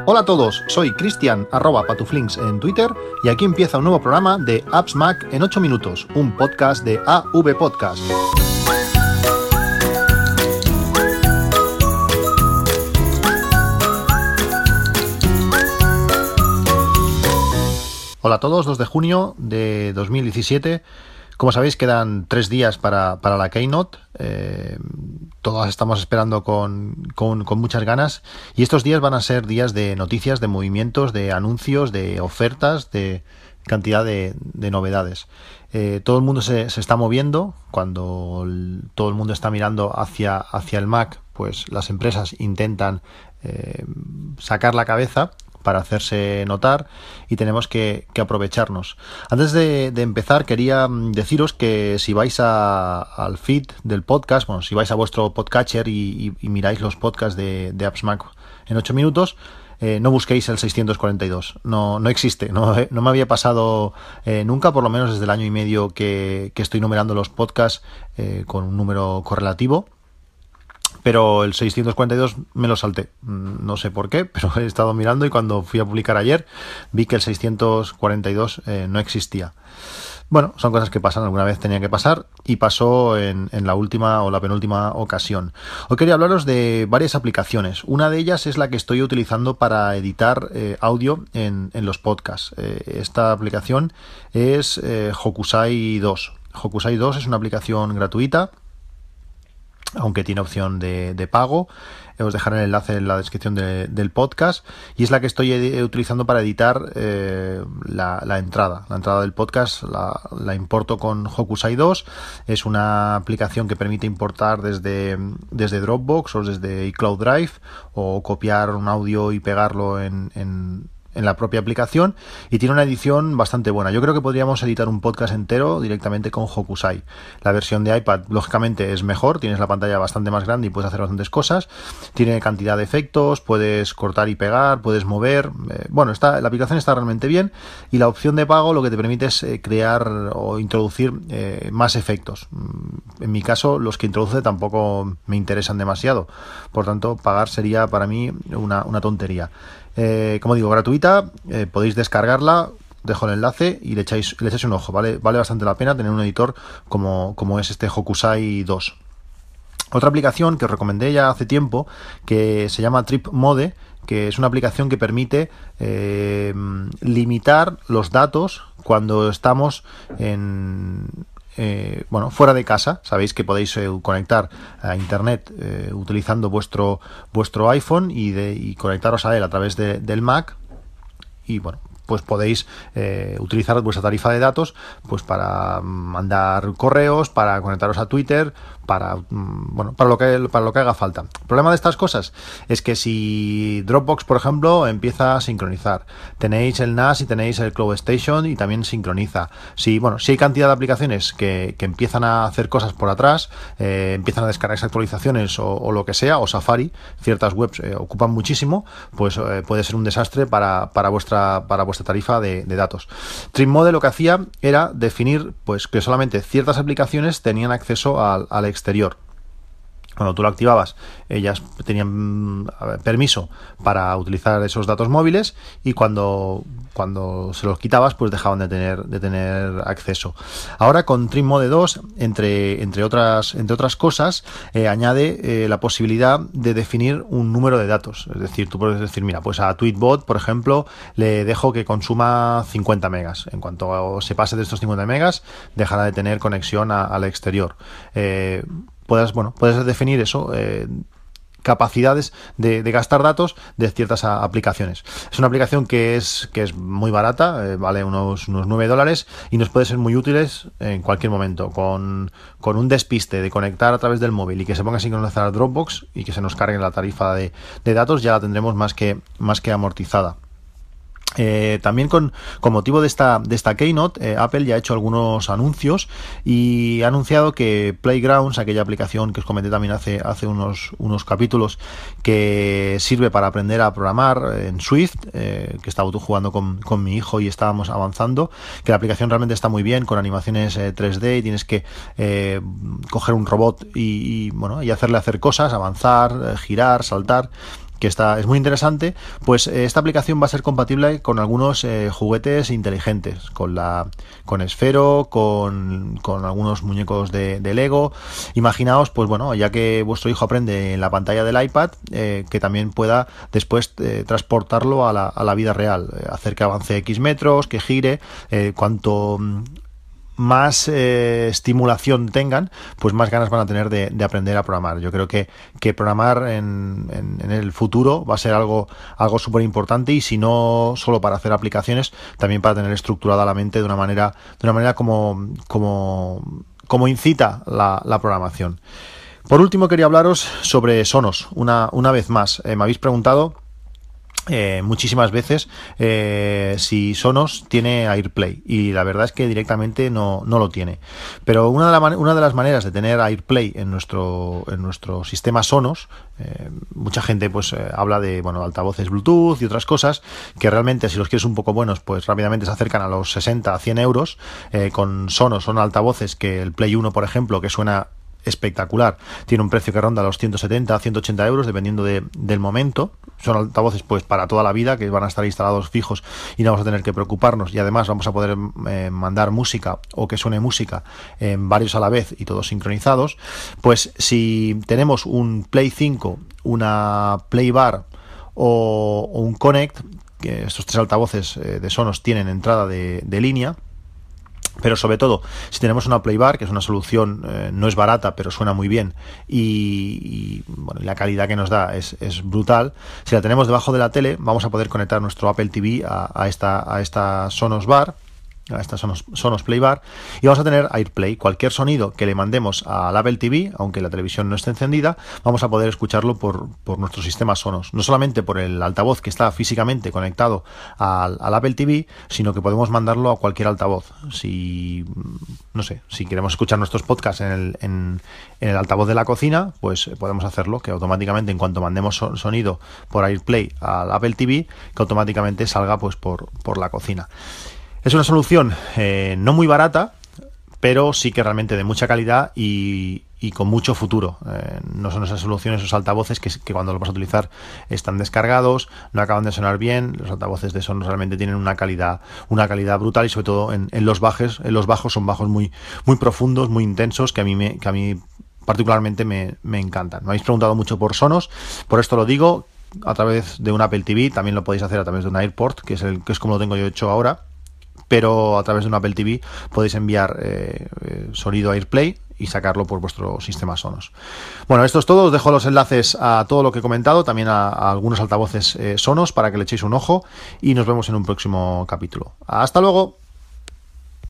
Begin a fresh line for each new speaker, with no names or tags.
Hola a todos, soy Cristian @patuflinks en Twitter y aquí empieza un nuevo programa de Apps Mac en 8 minutos, un podcast de AV Podcast. Hola a todos, 2 de junio de 2017. Como sabéis, quedan 3 días para la Keynote. Todas estamos esperando con muchas ganas. Y estos días van a ser días de noticias, de movimientos, de anuncios, de ofertas, de cantidad de novedades. Todo el mundo se está moviendo. Cuando todo el mundo está mirando hacia el Mac, pues las empresas intentan sacar la cabeza para hacerse notar y tenemos que aprovecharnos. Antes de empezar, quería deciros que si vais al feed del podcast, bueno, si vais a vuestro podcatcher y miráis los podcasts de Apps Mac en 8 minutos, no busquéis el 642, no existe, no me había pasado nunca, por lo menos desde el año y medio que estoy numerando los podcasts con un número correlativo. Pero el 642 me lo salté, no sé por qué, pero he estado mirando y cuando fui a publicar ayer vi que el 642 no existía. Bueno, son cosas que pasan, alguna vez tenía que pasar y pasó en la última o la penúltima ocasión. Hoy quería hablaros de varias aplicaciones. Una de ellas es la que estoy utilizando para editar audio en los podcasts. Esta aplicación es Hokusai 2. Hokusai 2 es una aplicación gratuita, aunque tiene opción de pago. Os dejaré el enlace en la descripción del podcast y es la que estoy utilizando para editar la entrada del podcast. La importo con Hokusai 2. Es una aplicación que permite importar desde Dropbox o desde iCloud Drive o copiar un audio y pegarlo en la propia aplicación y tiene una edición bastante buena. Yo creo que podríamos editar un podcast entero directamente con Hokusai. La versión de iPad lógicamente es mejor, tienes la pantalla bastante más grande y puedes hacer bastantes cosas, tiene cantidad de efectos, puedes cortar y pegar, puedes mover, la aplicación está realmente bien y la opción de pago lo que te permite es crear o introducir más efectos. En mi caso los que introduce tampoco me interesan demasiado, por tanto pagar sería para mí una tontería. Como digo, gratuita, podéis descargarla, dejo el enlace y le echáis un ojo, vale bastante la pena tener un editor como es este Hokusai 2. Otra aplicación que os recomendé ya hace tiempo, que se llama Trip Mode, que es una aplicación que permite limitar los datos cuando estamos fuera de casa. Sabéis que podéis conectar a internet utilizando vuestro iPhone y conectaros a él a través del Mac y pues podéis utilizar vuestra tarifa de datos pues para mandar correos, para conectaros a Twitter, para lo que haga falta. El problema de estas cosas es que si Dropbox, por ejemplo, empieza a sincronizar, tenéis el NAS y tenéis el Cloud Station y también sincroniza. Si hay cantidad de aplicaciones que empiezan a hacer cosas por atrás, empiezan a descargarse actualizaciones o lo que sea, o Safari, ciertas webs ocupan muchísimo, pues puede ser un desastre para vuestra tarifa de datos. Trip Mode lo que hacía era definir pues que solamente ciertas aplicaciones tenían acceso al exterior. Cuando tú lo activabas, ellas tenían permiso para utilizar esos datos móviles y cuando se los quitabas, pues dejaban de tener acceso. Ahora con Trip Mode 2, entre otras cosas, añade la posibilidad de definir un número de datos. Es decir, tú puedes decir, mira, pues a Tweetbot, por ejemplo, le dejo que consuma 50 megas. En cuanto se pase de estos 50 megas, dejará de tener conexión al exterior. Puedes definir eso, capacidades de gastar datos de ciertas aplicaciones. Es una aplicación que es muy barata, vale unos $9 y nos puede ser muy útiles en cualquier momento. Con un despiste de conectar a través del móvil y que se ponga a sincronizar a Dropbox y que se nos cargue la tarifa de datos, ya la tendremos más que amortizada. También con motivo de esta Keynote, Apple ya ha hecho algunos anuncios y ha anunciado que Playgrounds, aquella aplicación que os comenté también hace unos capítulos, que sirve para aprender a programar en Swift, que estaba jugando con mi hijo y estábamos avanzando, que la aplicación realmente está muy bien, con animaciones 3D y tienes que coger un robot y hacerle hacer cosas, avanzar, girar, saltar, que es muy interesante, pues esta aplicación va a ser compatible con algunos juguetes inteligentes, con Esfero, con algunos muñecos de Lego. Imaginaos, pues bueno, ya que vuestro hijo aprende en la pantalla del iPad, que también pueda después transportarlo a la vida real, hacer que avance X metros, que gire, cuanto más estimulación tengan, pues más ganas van a tener de aprender a programar. Yo creo que programar en el futuro va a ser algo súper importante, y si no solo para hacer aplicaciones, también para tener estructurada la mente de una manera como incita la programación. Por último, quería hablaros sobre Sonos. Una vez más, me habéis preguntado muchísimas veces si Sonos tiene AirPlay, y la verdad es que directamente no lo tiene, pero una de las maneras de tener AirPlay en nuestro sistema Sonos, mucha gente pues habla de altavoces Bluetooth y otras cosas que realmente, si los quieres un poco buenos, pues rápidamente se acercan a los 60 a 100 euros. Con Sonos son altavoces que el Play 1, por ejemplo, que suena espectacular, tiene un precio que ronda los 170 a 180 euros dependiendo del momento. Son altavoces pues para toda la vida, que van a estar instalados fijos y no vamos a tener que preocuparnos, y además vamos a poder mandar música o que suene música varios a la vez y todos sincronizados. Pues si tenemos un Play 5, una Play Bar o un Connect, que estos tres altavoces de Sonos tienen entrada de línea, pero sobre todo si tenemos una Playbar, que es una solución, no es barata pero suena muy bien, y la calidad que nos da es brutal. Si la tenemos debajo de la tele, vamos a poder conectar nuestro Apple TV a esta Sonos Bar, a esta Sonos Playbar, y vamos a tener AirPlay. Cualquier sonido que le mandemos al Apple TV, aunque la televisión no esté encendida, vamos a poder escucharlo por nuestro sistema Sonos, no solamente por el altavoz que está físicamente conectado al Apple TV, sino que podemos mandarlo a cualquier altavoz. Si queremos escuchar nuestros podcasts en el altavoz de la cocina, pues podemos hacerlo, que automáticamente, en cuanto mandemos sonido por AirPlay al Apple TV, que automáticamente salga pues por la cocina. Es una solución no muy barata, pero sí que realmente de mucha calidad y con mucho futuro. No son esas soluciones, esos altavoces que cuando los vas a utilizar están descargados, no acaban de sonar bien. Los altavoces de Sonos realmente tienen una calidad brutal, y sobre todo en los bajos son bajos muy, muy profundos, muy intensos, que a mí particularmente me encantan. Me habéis preguntado mucho por Sonos, por esto lo digo, a través de un Apple TV. También lo podéis hacer a través de un AirPort, que es como lo tengo yo hecho ahora, pero a través de un Apple TV podéis enviar sonido AirPlay y sacarlo por vuestro sistema Sonos. Bueno, esto es todo. Os dejo los enlaces a todo lo que he comentado, también a algunos altavoces Sonos, para que le echéis un ojo, y nos vemos en un próximo capítulo. ¡Hasta luego!